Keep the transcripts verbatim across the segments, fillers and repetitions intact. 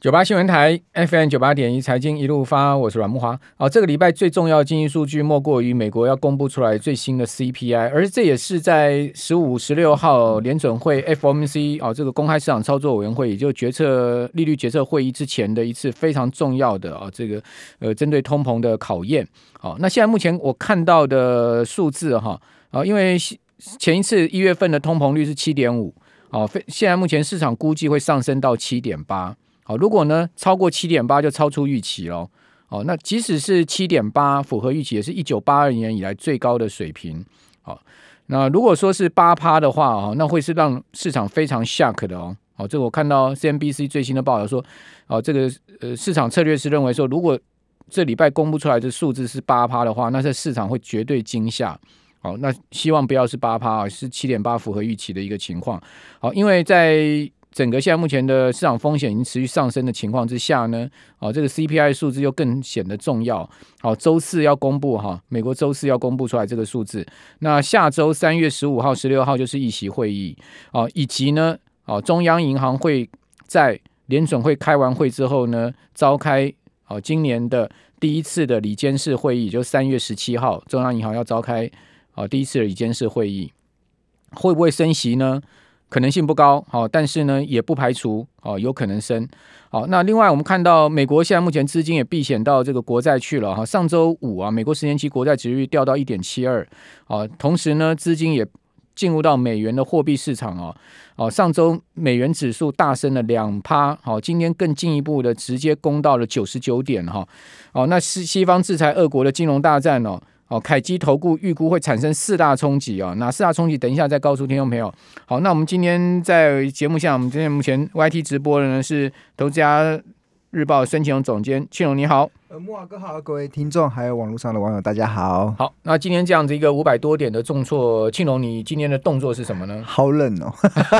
九八新闻台 F M 九八点一财经一路发，我是阮慕骅。哦，这个礼拜最重要的经济数据莫过于美国要公布出来最新的 C P I， 而这也是在十五、十六号联准会 F O M C 哦这个公开市场操作委员会，也就决策利率决策会议之前的一次非常重要的哦这个呃针对通膨的考验。哦，那现在目前我看到的数字哈，哦，因为前一次一月份的通膨率是 七点五， 哦，现在目前市场估计会上升到 七点八。好，如果呢超过 七点八 就超出预期了。哦，那即使是 七点八 符合预期，也是一九八二年以来最高的水平。好，那如果说是 百分之八 的话，哦，那会是让市场非常 shock 的哦。好，这个我看到 C N B C 最新的报道说，哦，这个呃市场策略师认为说，如果这礼拜公布出来的数字是 百分之八 的话，那这市场会绝对惊吓。好，那希望不要是 百分之八， 是 七点八 符合预期的一个情况。好，因为在整个现在目前的市场风险已经持续上升的情况之下呢，哦，这个 C P I 数字又更显得重要。好，周四要公布哈，美国周四要公布出来这个数字。那下周三月十五号、十六号就是议息会议，哦，以及呢，哦，中央银行会在联准会开完会之后呢，召开哦今年的第一次的理监事会议，就三月十七号，中央银行要召开哦第一次的理监事会议，会不会升息呢？可能性不高，但是呢也不排除有可能升。好，那另外我们看到美国现在目前资金也避险到这个国债去了。上周五啊，美国十年期国债殖利率掉到 一点七二， 同时呢资金也进入到美元的货币市场。上周美元指数大升了 百分之二， 今天更进一步的直接攻到了九十九点。那西方制裁俄国的金融大战哦。哦，凯基投顾预估会产生四大冲击哦，哪四大冲击？等一下再告诉听众朋友。好，那我们今天在节目下，我们今天目前 Y T 直播的呢是投资家日报孙庆荣总监，庆荣你好。 呃，慕骅哥好，各位听众还有网络上的网友大家好。 好，那今天这样子一个五百多点的重挫，庆荣你今天的动作是什么呢？ 好冷哦。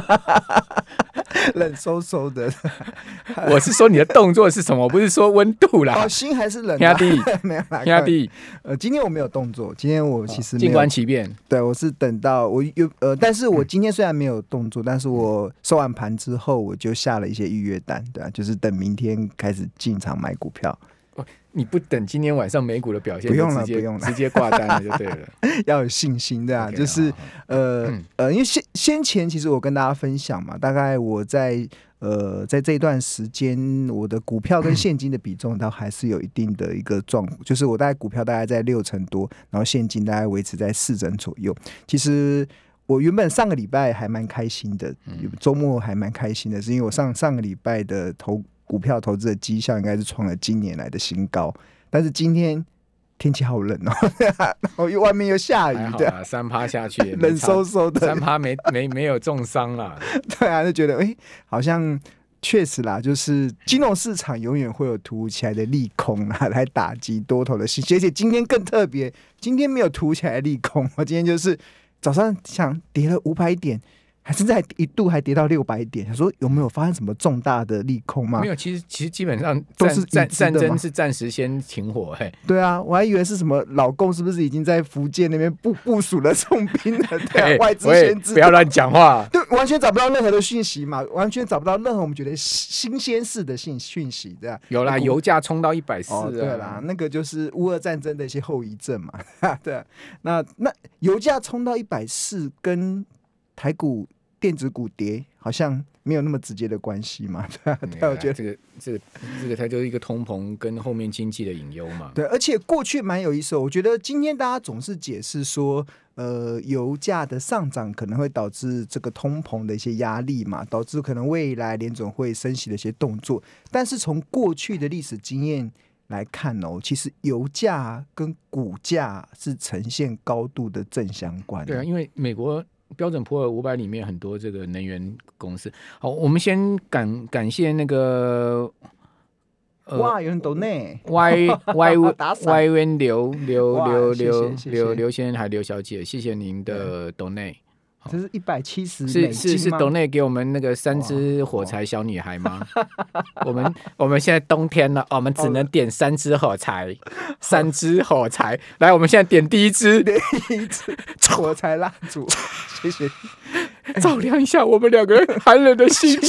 冷颼颼的。 我是说你的动作是什么，我不是说温度啦。 哦，心还是冷的。没有啦。 兄弟， 呃，今天我没有动作，今天我其实没有静观其变。 对，我是等到我有呃，但是我今天虽然没有动作，但是我收完盘之后我就下了一些预约单，对啊，就是等明天开始进场买股票。 你不等今天晚上美股的表现， 不用了，不用了， 直接挂单了就对了。 要有信心的啊， okay, 就是呃、嗯、呃，因为先先前其实我跟大家分享嘛，大概我在呃在这一段时间，我的股票跟现金的比重，它还是有一定的一个状况，就是我大概股票大概在六成多，然后现金大概维持在四成左右。其实我原本上个礼拜还蛮开心的，周末还蛮开心的，是因为我上上个礼拜的投。股票投资的绩效应该是创了今年来的新高，但是今天天气好冷哦，然后又外面又下雨，对啊， 三趴下去冷颼颼的， 三趴没没没有重伤啦， 对啊，就觉得哎、欸，好像确实啦，就是金融市场永远会有突如其来的利空啦，来打击多头的信心，而且今天更特别，今天没有突如其来的利空，我今天就是早上想跌了五百点。还甚至还一度还跌到六百点，想说有没有发生什么重大的利空吗？ 没有，其实其实基本上都是战战争是暂时先停火。嘿， 对啊，我还以为是什么老共是不是已经在福建那边部部署了重兵了？对啊，外资先知， 不要乱讲话。 对，完全找不到任何的讯息嘛，完全找不到任何我们觉得新鲜式的讯讯息，对啊。 有啦，油价冲到一百四十， 哦，对啦，那个就是乌俄战争的一些后遗症嘛，对啊。那那油价冲到一百四十跟台股电子股跌好像没有那么直接的关系嘛，对啊，对啊，我觉得这个这个这个它就是一个通膨跟后面经济的隐忧嘛。 对，而且过去蛮有意思的，我觉得今天大家总是解释说，呃，油价的上涨可能会导致这个通膨的一些压力嘛，导致可能未来联准会升息的一些动作。但是从过去的历史经验来看哦，其实油价跟股价是呈现高度的正相关。 对啊，因为美国标准普尔五百里面很多这个能源公司。好，我们先感感谢那个呃，哇，有人抖内 Y Y Y N 刘刘刘刘刘刘先生还刘小姐，谢谢您的抖内。 这是一百七十美金吗？ 是是是抖内给我们那个三只火柴小女孩吗？我们我们现在冬天了，我们只能点三只火柴，三只火柴。来，我们现在点第一支， 第一支火柴蜡烛，谢谢， 照亮一下我们两个人寒冷的心情。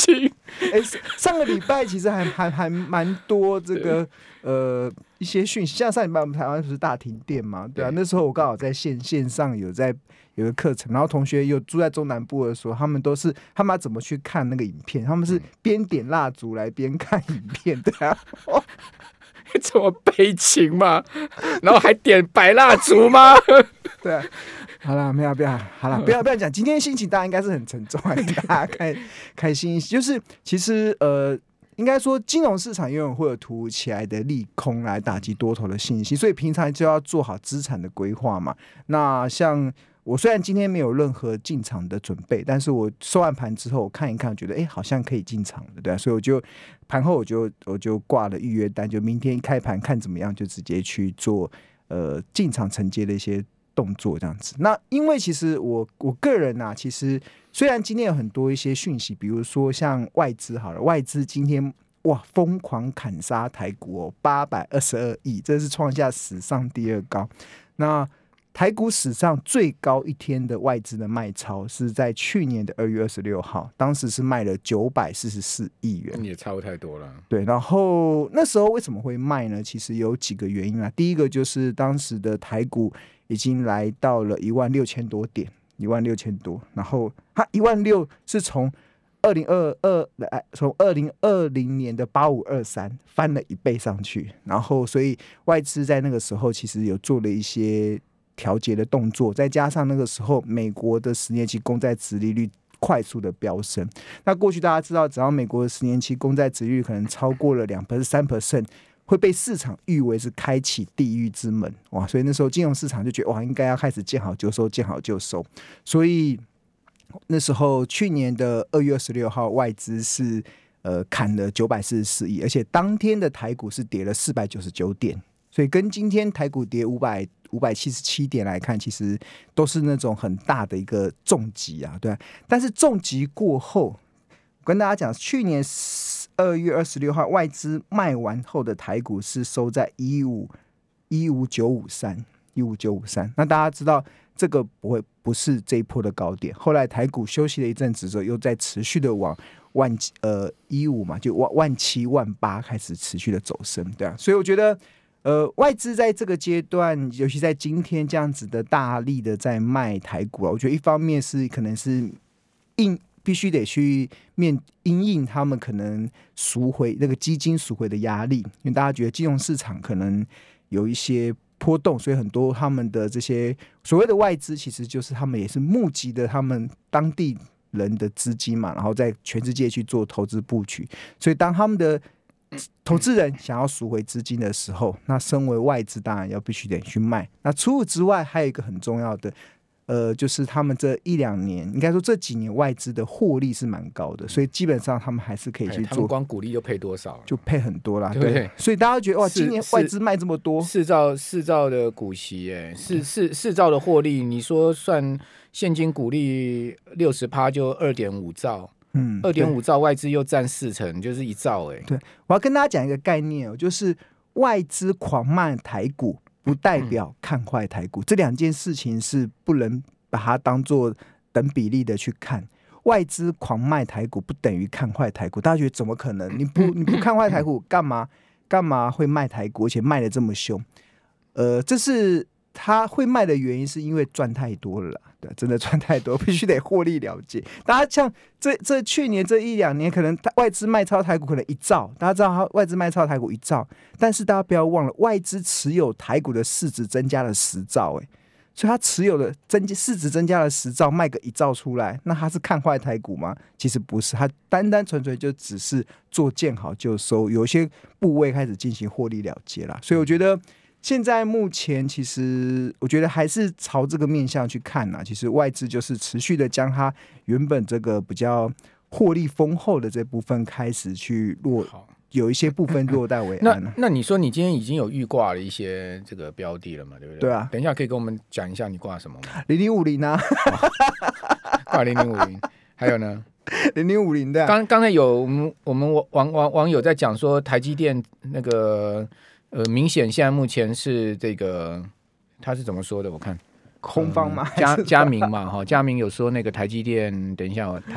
哎、上个礼拜其实还还还蛮多这个呃一些讯息，像上礼拜我们台湾不是大停电嘛，对啊，那时候我刚好在线线上有在有个课程，然后同学有住在中南部的时候，他们都是他们要怎么去看那个影片，他们是边点蜡烛来边看影片，对啊。 这么悲情吗？然后还点白蜡烛吗？ 对啊，好了，没有，不要，好了，不要不要讲。今天心情大家应该是很沉重，大家开开心。就是其实呃，应该说金融市场永远会有突如其来的利空来打击多头的信心，所以平常就要做好资产的规划嘛。那像我虽然今天没有任何进场的准备，但是我收完盘之后我看一看，觉得哎、欸、好像可以进场了，对啊，所以我就盘后我就我就挂了预约单，就明天一开盘看怎么样，就直接去做呃进场承接的一些动作这样子。那因为其实我我个人啊，其实虽然今天有很多一些讯息，比如说像外资好了，外资今天哇疯狂砍杀台股哦，八百二十二亿，这是创下史上第二高。那台股史上最高一天的外资的卖超是在去年的二月二十六号，当时是卖了九百四十四亿元， 也超太多了。 对，然后那时候为什么会卖呢？其实有几个原因啊。第一个就是当时的台股已经来到了一万六千多点，一万六千多，然后它一万六是从二零二二来，从二零二零年的八五二三翻了一倍上去，然后所以外资在那个时候其实有做了一些调节的动作，再加上那个时候美国的十年期公债殖利率快速的飙升，那过去大家知道，只要美国的十年期公债殖利率可能超过了两 percent 三 percent， 会被市场誉为是开启地狱之门，哇！所以那时候金融市场就觉得哇，应该要开始见好就收，见好就收。所以那时候去年的二月二十六号，外资是呃砍了九百四十四亿，而且当天的台股是跌了四百九十九点。所以跟今天台股跌五百五百七十七点来看，其实都是那种很大的一个重击啊，对啊。但是重击过后，我跟大家讲，去年二月二十六号外资卖完后的台股是收在一五一五九五三一五九五三。那大家知道这个不会不是这一波的高点，后来台股休息了一阵子之后，又在持续的往万呃一五嘛，就万万七万八开始持续的走升，对啊。所以我觉得。呃，外资在这个阶段，尤其在今天这样子的大力的在卖台股啊，我觉得一方面是可能是硬必须得去面因应他们可能赎回那个基金赎回的压力，因为大家觉得金融市场可能有一些波动，所以很多他们的这些所谓的外资，其实就是他们也是募集的他们当地人的资金嘛，然后在全世界去做投资布局，所以当他们的投资人想要赎回资金的时候，那身为外资当然要必须得去卖。那除此之外，还有一个很重要的，呃，就是他们这一两年，应该说这几年外资的获利是蛮高的，所以基本上他们还是可以去做。 他们光股利就配多少？ 就配很多啦， 对不对？ 所以大家觉得哇，今年外资卖这么多， 四兆四兆的股息，哎，四四四兆的获利，你说算现金股利六十趴就二点五兆。嗯，二点五兆外资又占四成，就是一兆哎、欸。 对，我要跟大家讲一个概念哦，就是外资狂卖台股，不代表看坏台股，嗯、这两件事情是不能把它当做等比例的去看。外资狂卖台股不等于看坏台股，大家觉得怎么可能？你不你不看坏台股，干嘛干嘛会卖台股，而且卖得这么凶？呃，这是他会卖的原因，是因为赚太多了啦。对，真的赚太多，必须得获利了结。大家像这这去年这一两年，可能外资卖超台股可能一兆，大家知道外资卖超台股一兆，但是大家不要忘了，外资持有台股的市值增加了十兆，哎，所以他持有的增市值增加了十兆，卖个一兆出来，那他是看坏台股吗？其实不是，他单单纯粹就只是做见好就收，有一些部位开始进行获利了结啦。所以我觉得。现在目前其实我觉得还是朝这个面向去看啊，其实外资就是持续的将它原本这个比较获利丰厚的这部分开始去落，有一些部分落袋为安、啊、 那, 那你说你今天已经有预挂了一些这个标的了嘛，对不对？ 对啊， 等一下可以跟我们讲一下你挂什么吗？ 零零五零啊， 挂零零五零，还有呢？ 零零五零的、啊。 刚刚才有我们我们网网网友在讲说台积电那个。呃，明显现在目前是这个，他是怎么说的？我看空方嘛， 佳佳明嘛，哈，佳明有说那个台积电，等一下、哦，他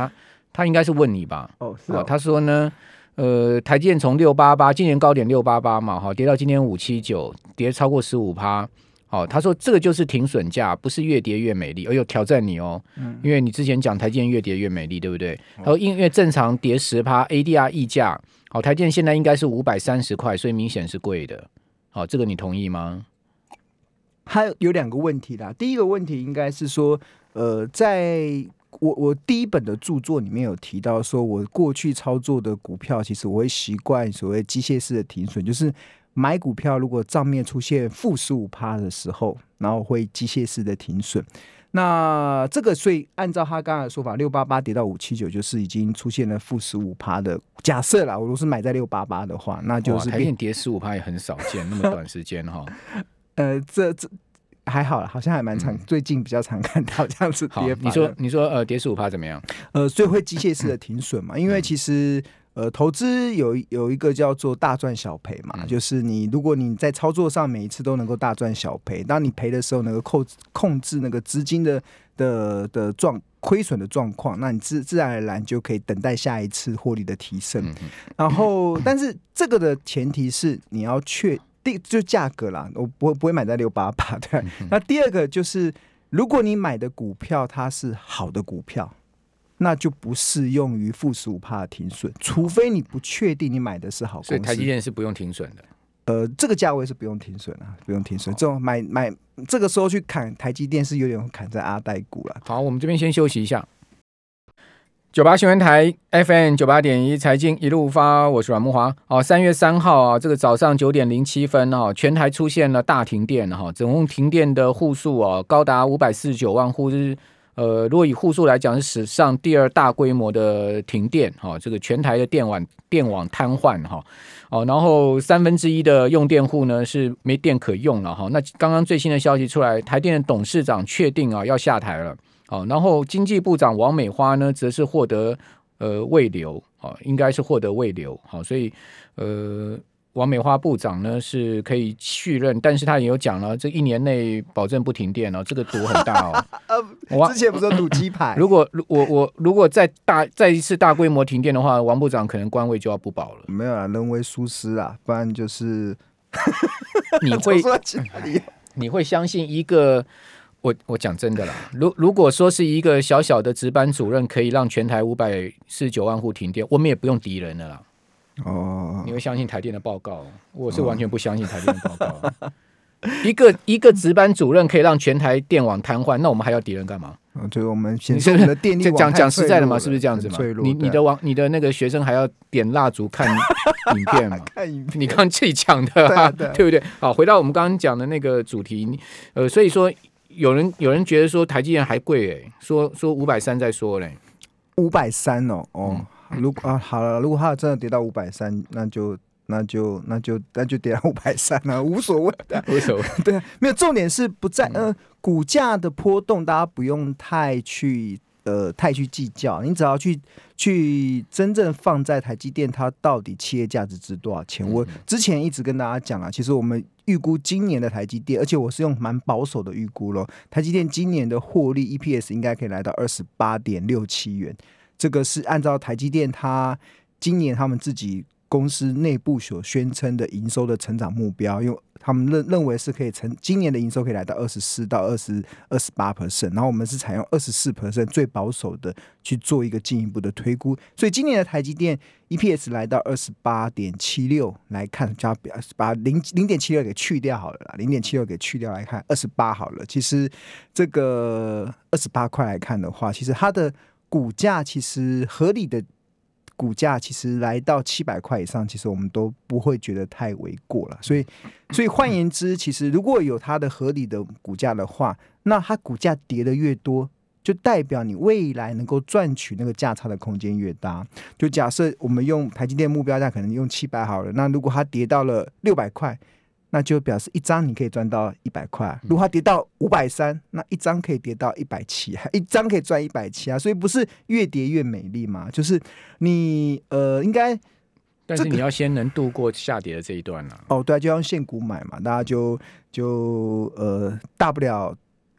他应该是问你吧？ 哦，是哦， 他说呢，呃，台积电从六八八今年高点六八八嘛，哈，跌到今天五七九，跌超过十五趴。好，他说这个就是停损价，不是越跌越美丽。哎呦，挑战你哦，嗯、因为你之前讲台积电越跌越美丽，对不对？他说因为正常跌十趴 ，A D R 溢价，好，台积电现在应该是五百三十块，所以明显是贵的。好，这个你同意吗？ 还有两个问题啦，第一个问题应该是说，呃，在我我第一本的著作里面有提到，说我过去操作的股票，其实我会习惯所谓机械式的停损，就是买股票如果账面出现负十五趴的时候，然后会机械式的停损。那这个，所以按照他刚才的说法，六八八跌到五七九，就是已经出现了负十五趴的假设啦。我如果是买在六八八的话，那就是台积电跌十五趴也很少见，那么短时间哈。 呃，这这还好了，好像还蛮常、嗯，最近比较常看到这样子跌法。 你说你说呃，跌十五趴怎么样？ 呃，所以会机械式的停损嘛，因为其实。呃，投资有有一个叫做大赚小赔嘛、嗯，就是你如果你在操作上每一次都能够大赚小赔，当你赔的时候能够控控制那个资金的的的状亏损的状况，那你自自然而然就可以等待下一次获利的提升。嗯、然后，但是这个的前提是你要确定就价格啦，我不会不会买在六八八对、嗯。那第二个就是，如果你买的股票它是好的股票。那就不适用于负十五趴的停损，除非你不确定你买的是好公司。 所以台积电是不用停损的。 呃，这个价位是不用停损啊，不用停损。这种买买这个时候去砍台积电是有点砍在阿呆股了。 好，我们这边先休息一下。九八新闻台 F M 九八点一财经一路发，我是阮慕骅。哦，三月三号啊，这个早上九点零七分啊，全台出现了大停电哈，总共停电的户数啊高达五百四十九万户是。呃，如果以户数来讲，是史上第二大规模的停电，哈、哦，这个全台的电网电网瘫痪，哈、哦，哦，然后三分之一的用电户呢是没电可用了，哈、哦。那刚刚最新的消息出来，台电的董事长确定啊要下台了，哦，然后经济部长王美花呢，则是获得呃慰留，哦，应该是获得慰留，好、哦，所以呃。王美花部长呢是可以续任，但是他也有讲了，这一年内保证不停电哦，这个赌很大哦。 呃、之前不是有赌鸡排？ 如果我我如果再大再一次大规模停电的话，王部长可能官位就要不保了。 没有啊，人为疏失啊，不然就是你会你会相信一个？我我讲真的啦，如如果说是一个小小的值班主任可以让全台五百四十九万户停电，我们也不用敌人了啦。哦，你会相信台电的报告？我是完全不相信台电的报告。哦、一个一个值班主任可以让全台电网瘫痪，那我们还要敌人干嘛？ 哦、就是我们显示我们的电力网讲讲实在的嘛，是不是这样子嘛？你你的网你的那个学生还要点蜡烛看影片嘛？ 看影片， 你刚刚自己讲的、啊对， 对, 对不对？好，回到我们刚刚讲的那个主题，呃，所以说有人有人觉得说台积电还贵哎、欸，说说五百三再说嘞， 五百三哦哦。嗯如果啊好了，如果它真的跌到五百三，那就那就那就那就跌到五百三了，无所谓的， 无所谓。 对啊，没有重点是不在呃股价的波动，大家不用太去呃太去计较，你只要去去真正放在台积电，它到底企业价值值多少钱？嗯、我之前一直跟大家讲啊，其实我们预估今年的台积电，而且我是用蛮保守的预估咯，台积电今年的获利 E P S 应该可以来到二十八点六七元。这个是按照台积电它今年他们自己公司内部所宣称的营收的成长目标，因为他们认认为是可以成今年的营收可以来到二十四到二十二十八 percent， 然后我们是采用二十四 percent 最保守的去做一个进一步的推估，所以今年的台积电 E P S 来到二十八点七六来看，加把零零点七六给去掉好了啦，零点七六给去掉来看，二十八好了。其实这个二十八块来看的话，其实它的股价其实合理的股价其实来到七百块以上，其实我们都不会觉得太为过了。所以，所以换言之，其实如果有它的合理的股价的话，那它股价跌的越多，就代表你未来能够赚取那个价差的空间越大。就假设我们用台积电目标价可能用七百好了，那如果它跌到了六百块。那就表示一张你可以赚到一百块，如果它跌到五百三，那一张可以跌到一百七，一张可以赚一百七啊，所以不是越跌越美丽嘛？就是你呃，应该， 但是你要先能度过下跌的这一段啊。 哦，对啊，就用现股买嘛，大家就就呃，大不了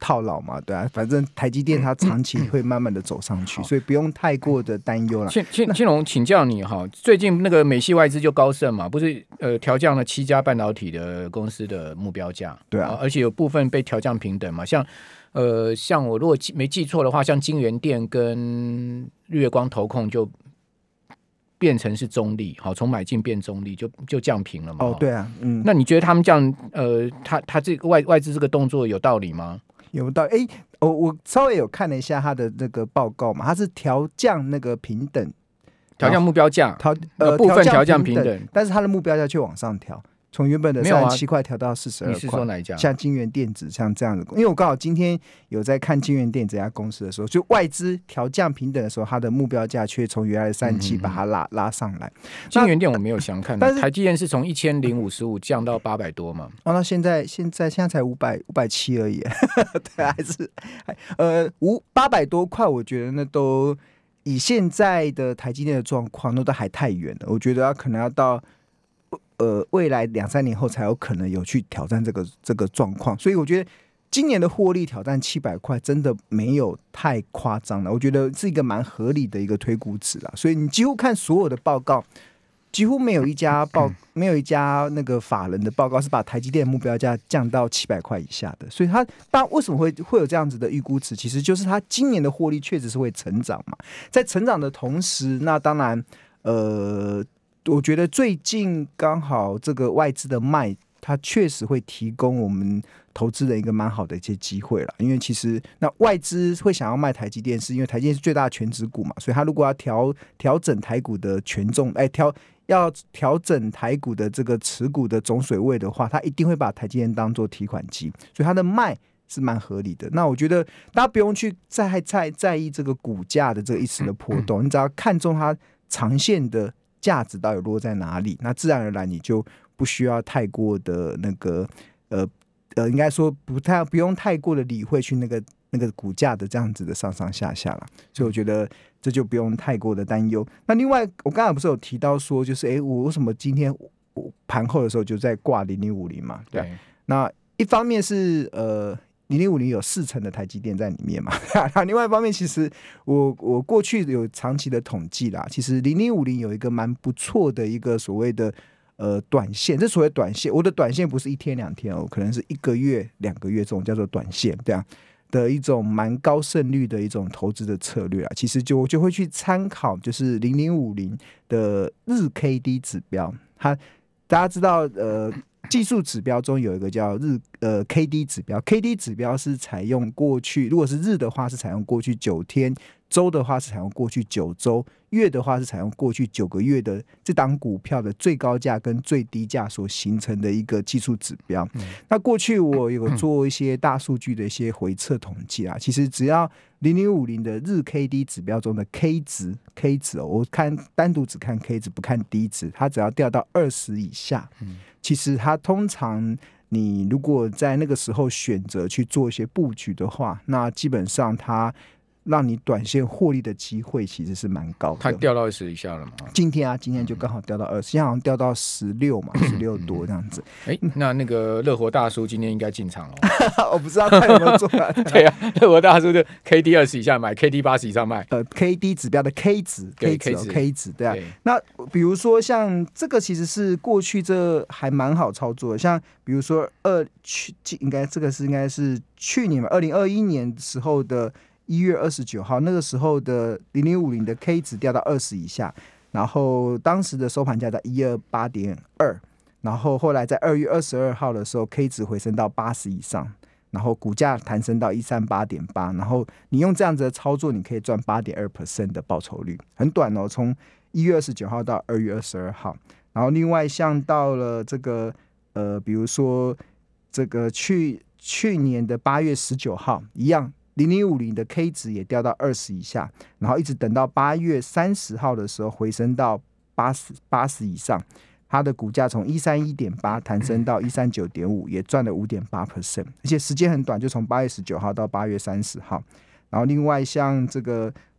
套牢嘛，对啊，反正台积电它长期会慢慢的走上去，所以不用太过的担忧了。 庆庆庆隆，请教你哈，最近那个美系外资就高盛嘛，不是呃调降了七家半导体的公司的目标价， 对啊， 而且有部分被调降平等嘛，像呃像我如果没记错的话，像金源店跟日月光投控就变成是中立，好，从买进变中立，就就降平了嘛。 哦，对啊，嗯， 那你觉得他们这样，呃，他他这个外外资这个动作有道理吗？ 有道理。哎，我我稍微有看了一下他的那个报告嘛，他是调降那个平等， 调降目标价， 调呃部分调降平等， 但是他的目标价却往上调。从原本的三十七块调到四十二块， 你是说哪一家？ 像金源电子像这样的，因为我刚好今天有在看金源电子这家公司的时候，就外资调降平等的时候，它的目标价却从原来的三十七把它拉、嗯、拉上来。 金源电我没有详看，但是台积电是从一千零五十五降到八百多嘛？ 哦，那现在现在现在才五百五百七而已，对，还是呃五八百多块，我觉得那都以现在的台积电的状况，那都还太远了。我觉得可能要到。呃，未来两三年后才有可能有去挑战这个这个状况，所以我觉得今年的获利挑战七百块，真的没有太夸张了。我觉得是一个蛮合理的一个推估值啦。所以你几乎看所有的报告，几乎没有一家报没有一家那个法人的报告是把台积电的目标价降到七百块以下的。所以它当然为什么会会有这样子的预估值，其实就是它今年的获利确实是会成长嘛。在成长的同时，那当然呃。我觉得最近刚好这个外资的卖，它确实会提供我们投资人一个蛮好的一些机会啦。因为其实那外资会想要卖台积电，是因为台积电是最大的权值股嘛，所以它如果要调调整台股的权重，哎，调要调整台股的这个持股的总水位的话，它一定会把台积电当做提款机，所以它的卖是蛮合理的。那我觉得大家不用去再在在意这个股价的这个一时的波动，你只要看中它长线的。价值到底落在哪里？那自然而然你就不需要太过的那个呃呃，应该说不太不用太过的理会去那个那个股价的这样子的上上下下了。所以我觉得这就不用太过的担忧。那另外我刚才不是有提到说，就是哎，我为什么今天盘后的时候就在挂零零五零嘛？对，对那一方面是呃。零零五零有四成的台积电在里面嘛，另外一方面，其实我我过去有长期的统计啦，其实零零五零有一个蛮不错的一个所谓的呃短线，这所谓短线，我的短线不是一天两天哦，可能是一个月、两个月这种叫做短线，这样的一种蛮高胜率的一种投资的策略啊，其实就就会去参考就是零零五零的日 K D 指标，它大家知道呃。技术指标中有一个叫日呃 K D 指标 ，K D 指标是采用过去，如果是日的话是采用过去九天，周的话是采用过去九周，月的话是采用过去九个月的这档股票的最高价跟最低价所形成的一个技术指标。嗯、那过去我有做一些大数据的一些回测统计啊，其实只要零零五零的日 K D 指标中的 K 值 K 值、哦、我看单独只看 K 值不看 D 值，它只要掉到二十以下。嗯其实它通常你如果在那个时候选择去做一些布局的话，那基本上它让你短线获利的机会其实是蛮高的。 它掉到二十以下了吗？ 今天啊，今天就刚好掉到二十，现在好像掉到十六嘛，十六多这样子。 哎、欸，那那个乐活大叔今天应该进场了。 我不知道他有没有做啊？ 对啊，乐活大叔就 K D 二十以下买 ，K D 八十以上卖。 呃 ，K D 指标的 K 值 ，K 值、哦、，K 值，对啊。 对那比如说像这个，其实是过去这还蛮好操作的，像比如说二去应该这个是应该是去年嘛，二零二一年时候的。一月二十九号那个时候的零零五零的 K 值掉到二十以下，然后当时的收盘价在一二八点二，然后后来在二月二十二号的时候 K 值回升到八十以上，然后股价弹升到一三八点八，然后你用这样子的操作，你可以赚 百分之八点二 的报酬率，很短哦，从一月二十九号到二月二十二号。然后另外像到了这个呃，比如说这个去去年的八月十九号一样。零零五零的 K 值也掉到二十以下，然后一直等到八月三十号的时候回升到八十八十以上，它的股价从一三一点八弹升到一三九点五，也赚了五点八 percent， 而且时间很短，就从八月十九号到八月三十号。然后另外像这个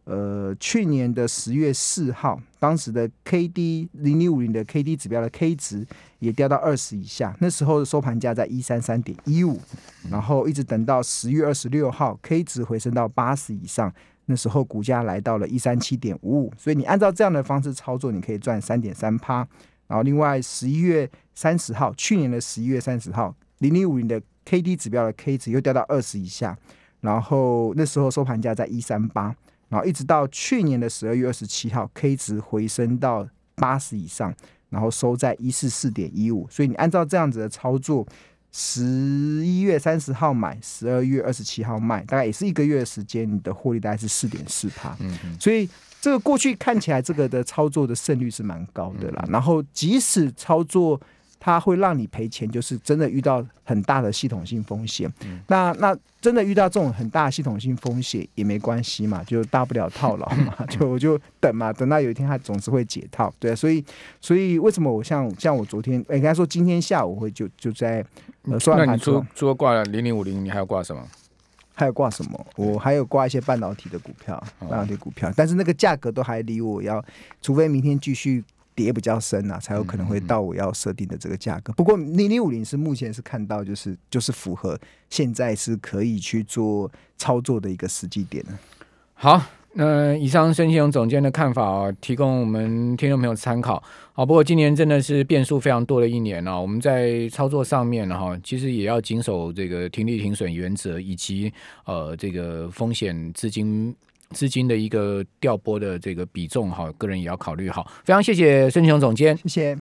呃，去年的十月四号，当时的 K D 零零五零的 K D 指标的 K 值也掉到二十以下，那时候的收盘价在一三三点一五，然后一直等到十月二十六号 K 值回升到八十以上，那时候股价来到了一三七点五五，所以你按照这样的方式操作，你可以赚 百分之三点三。然后另外十一月三十号，去年的十一月三十号，零零五零的 K D 指标的 K 值又掉到二十以下，然后那时候收盘价在一三八。然后一直到去年的十二月二十七号 ，K 值回升到八十以上，然后收在一四四点一五。所以你按照这样子的操作，十一月三十号买，十二月二十七号卖，大概也是一个月的时间，你的获利大概是四点四趴。所以这个过去看起来这个的操作的胜率是蛮高的啦。然后即使操作它会让你赔钱，就是真的遇到很大的系统性风险。嗯、那那真的遇到这种很大的系统性风险也没关系嘛，就大不了套牢嘛，就我就等嘛，等到有一天它总是会解套。对、啊，所以所以为什么我像像我昨天，哎、欸，应该说今天下午会就就在呃收完盘之后， 那你除除了挂了零零五零，你还要挂什么？ 还有挂什么？我还有挂一些半导体的股票，半导体股票，但是那个价格都还离我要，除非明天继续跌比较深啊，才有可能会到我要设定的这个价格。不过零零五零是目前是看到就是就是符合现在是可以去做操作的一个时机点。 好，那以上孙庆荣总监的看法、哦、提供我们听众朋友参考。好，不过今年真的是变数非常多的一年哦，我们在操作上面哈，其实也要谨守这个停利停损原则，以及呃这个风险资金。资金的一个调拨的这个比重哈，个人也要考虑好。非常谢谢孙庆荣总监， 谢谢。